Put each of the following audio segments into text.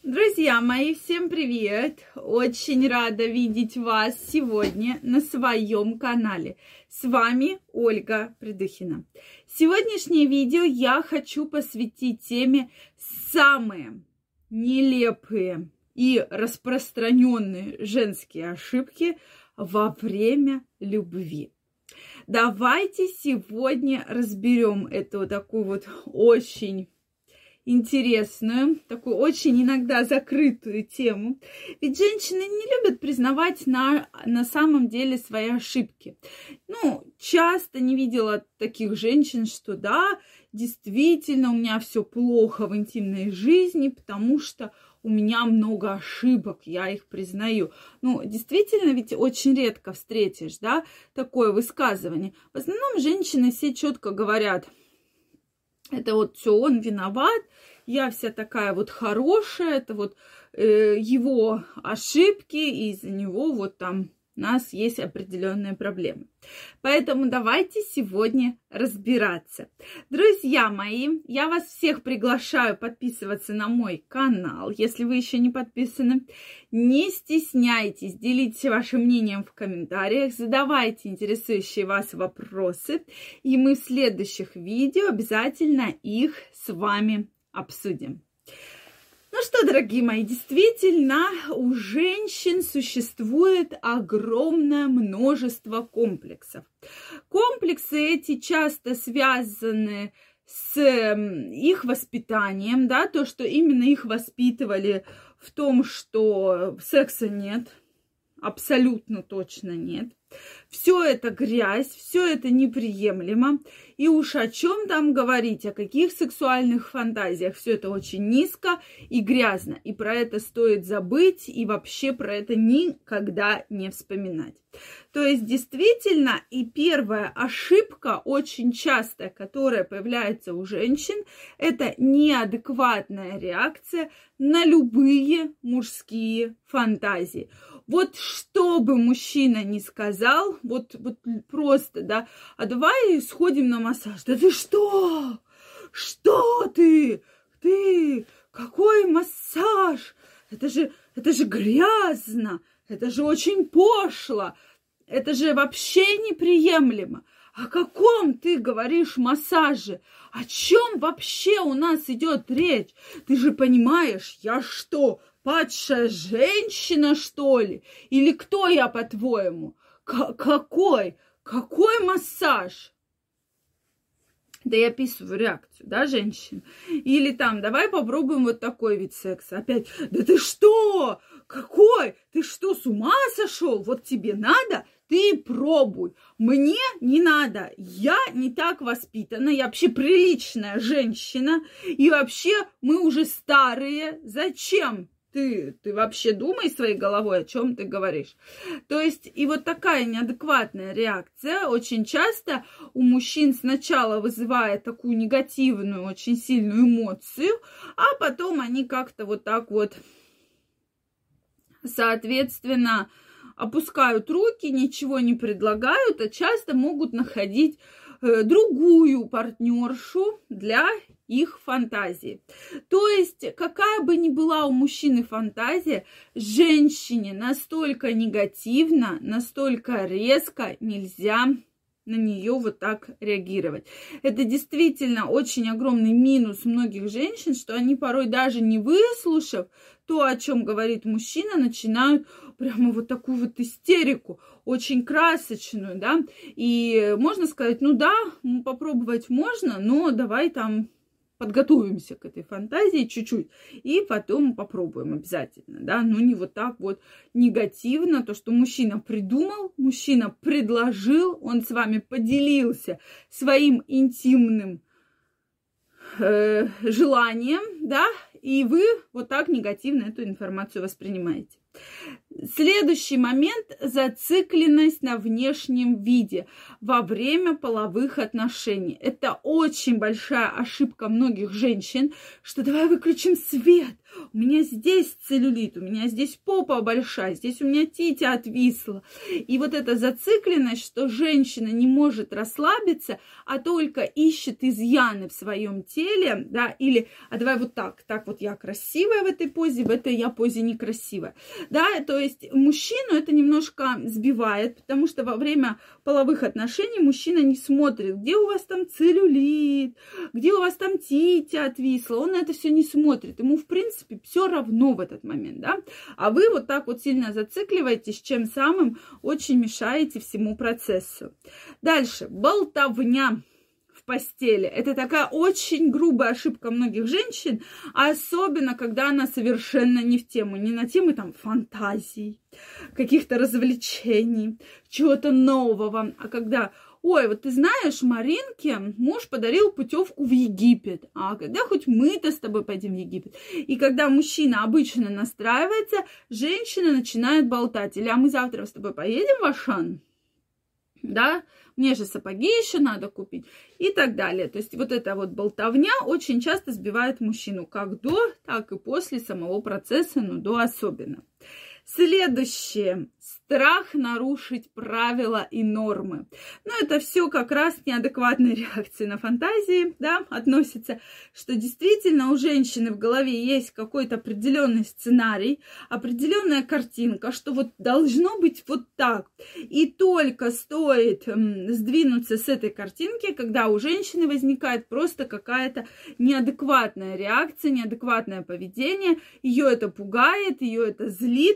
Друзья мои, всем привет! Очень рада видеть вас сегодня на своем канале. С вами Ольга Придухина. Сегодняшнее видео я хочу посвятить теме самые нелепые и распространенные женские ошибки во время любви. Давайте сегодня разберем эту такую вот очень интересную, такую очень иногда закрытую тему. Ведь женщины не любят признавать на самом деле свои ошибки. Часто не видела таких женщин, что да, действительно, у меня все плохо в интимной жизни, потому что у меня много ошибок, я их признаю. Действительно, ведь очень редко встретишь, да, такое высказывание. В основном женщины все четко говорят: это вот все он виноват, я вся такая вот хорошая, это вот его ошибки, и из-за него вот там у нас есть определенные проблемы. Поэтому давайте сегодня разбираться. Друзья мои, я вас всех приглашаю подписываться на мой канал, если вы еще не подписаны. Не стесняйтесь, делитесь вашим мнением в комментариях, задавайте интересующие вас вопросы, и мы в следующих видео обязательно их с вами обсудим. Что, дорогие мои, действительно, у женщин существует огромное множество комплексов. Комплексы эти часто связаны с их воспитанием, да, то, что именно их воспитывали в том, что секса нет, абсолютно точно нет. Все это грязь, все это неприемлемо. И уж о чем там говорить, о каких сексуальных фантазиях. Все это очень низко и грязно. И про это стоит забыть, и вообще про это никогда не вспоминать. То есть действительно, и первая ошибка, очень частая, которая появляется у женщин, это неадекватная реакция на любые мужские фантазии. Вот что бы мужчина ни сказал, вот просто, да, а давай сходим на массаж. Да ты что? Что ты? Ты? Какой массаж? Это же грязно, это же очень пошло, это же вообще неприемлемо. О каком ты говоришь массаже? О чем вообще у нас идет речь? Ты же понимаешь, я что, падшая женщина, что ли? Или кто я, по-твоему? Какой массаж? Да я описываю реакцию, да, женщин? Или там, давай попробуем вот такой вид секса. Опять, да ты что? Какой? Ты что, с ума сошел? Вот тебе надо? Ты пробуй. Мне не надо. Я не так воспитана. Я вообще приличная женщина. И вообще мы уже старые. Зачем? Ты вообще думай своей головой, о чем ты говоришь. То есть, и вот такая неадекватная реакция очень часто у мужчин сначала вызывает такую негативную, очень сильную эмоцию, а потом они как-то вот так вот, соответственно, опускают руки, ничего не предлагают, а часто могут находить другую партнершу для их фантазии. То есть, какая бы ни была у мужчины фантазия, женщине настолько негативно, настолько резко нельзя на нее вот так реагировать. Это действительно очень огромный минус многих женщин, что они порой даже не выслушав то, о чем говорит мужчина, начинают прямо вот такую вот истерику, очень красочную, да, и можно сказать, попробовать можно, но давай там подготовимся к этой фантазии чуть-чуть, и потом попробуем обязательно, да, не вот так вот негативно, то, что мужчина придумал, мужчина предложил, он с вами поделился своим интимным желанием, да, и вы вот так негативно эту информацию воспринимаете. Следующий момент – зацикленность на внешнем виде во время половых отношений. Это очень большая ошибка многих женщин, что давай выключим свет, у меня здесь целлюлит, у меня здесь попа большая, здесь у меня титя отвисла. И вот эта зацикленность, что женщина не может расслабиться, а только ищет изъяны в своем теле, да, или, а давай вот так вот я красивая в этой позе, в этой я позе некрасивая, да, то есть мужчину это немножко сбивает, потому что во время половых отношений мужчина не смотрит, где у вас там целлюлит, где у вас там титя отвисла, он на это все не смотрит, ему в принципе все равно в этот момент, да, а вы вот так вот сильно зацикливаетесь, чем самым очень мешаете всему процессу. Дальше, болтовня в постели. Это такая очень грубая ошибка многих женщин, особенно когда она совершенно не в тему, не на темы там фантазий, каких-то развлечений, чего-то нового, а когда: ой, вот ты знаешь, Маринке муж подарил путевку в Египет. А когда хоть мы-то с тобой пойдем в Египет? И когда мужчина обычно настраивается, женщина начинает болтать. Или: а мы завтра с тобой поедем в Ашан? Да, мне же сапоги еще надо купить. И так далее. То есть вот эта вот болтовня очень часто сбивает мужчину. Как до, так и после самого процесса, но до особенно. Следующее. Страх нарушить правила и нормы. Но это все как раз неадекватные реакции на фантазии, да, относится, что действительно у женщины в голове есть какой-то определенный сценарий, определенная картинка, что вот должно быть вот так. И только стоит сдвинуться с этой картинки, когда у женщины возникает просто какая-то неадекватная реакция, неадекватное поведение, ее это пугает, ее это злит.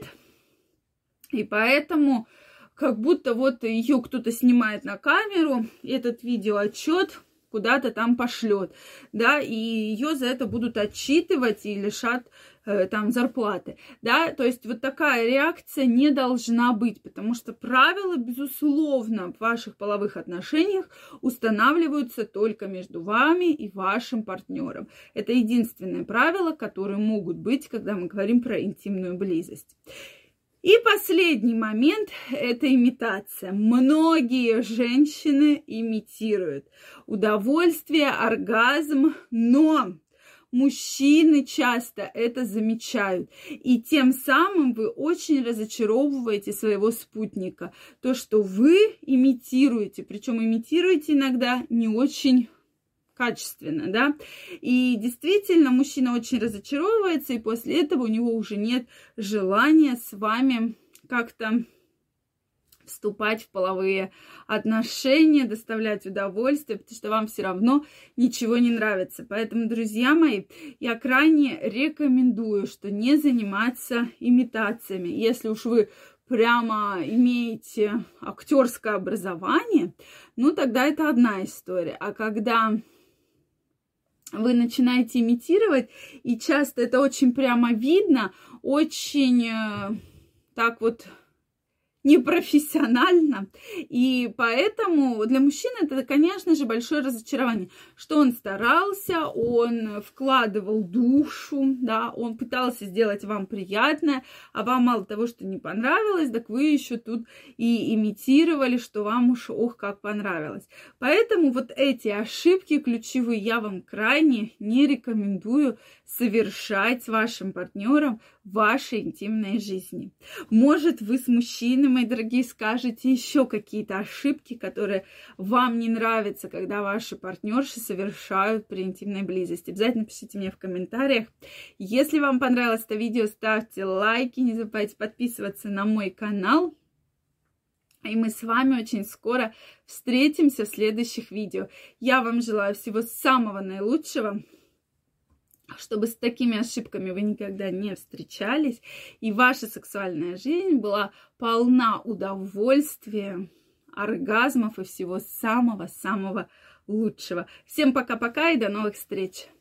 И поэтому как будто вот ее кто-то снимает на камеру, и этот видеоотчет куда-то там пошлет, да, и ее за это будут отчитывать и лишат там зарплаты, да, то есть вот такая реакция не должна быть, потому что правила, безусловно, в ваших половых отношениях устанавливаются только между вами и вашим партнером. Это единственные правила, которые могут быть, когда мы говорим про интимную близость. И последний момент – это имитация. Многие женщины имитируют удовольствие, оргазм, но мужчины часто это замечают. И тем самым вы очень разочаровываете своего спутника. То, что вы имитируете, причем имитируете иногда не очень качественно, да, и действительно мужчина очень разочаровывается, и после этого у него уже нет желания с вами как-то вступать в половые отношения, доставлять удовольствие, потому что вам все равно ничего не нравится. Поэтому, друзья мои, я крайне рекомендую, что не заниматься имитациями. Если уж вы прямо имеете актерское образование, ну тогда это одна история. А когда вы начинаете имитировать, и часто это очень прямо видно, очень так вот непрофессионально. И поэтому для мужчины это, конечно же, большое разочарование, что он старался, он вкладывал душу, да, он пытался сделать вам приятное, а вам мало того, что не понравилось, так вы еще тут и имитировали, что вам уж ох, как понравилось. Поэтому вот эти ошибки ключевые я вам крайне не рекомендую совершать с вашим партнером в вашей интимной жизни. Может, вы с мужчиной, мои дорогие, скажете еще какие-то ошибки, которые вам не нравятся, когда ваши партнерши совершают при интимной близости. Обязательно пишите мне в комментариях. Если вам понравилось это видео, ставьте лайки, не забывайте подписываться на мой канал. И мы с вами очень скоро встретимся в следующих видео. Я вам желаю всего самого наилучшего, чтобы с такими ошибками вы никогда не встречались, и ваша сексуальная жизнь была полна удовольствия, оргазмов и всего самого-самого лучшего. Всем пока-пока и до новых встреч!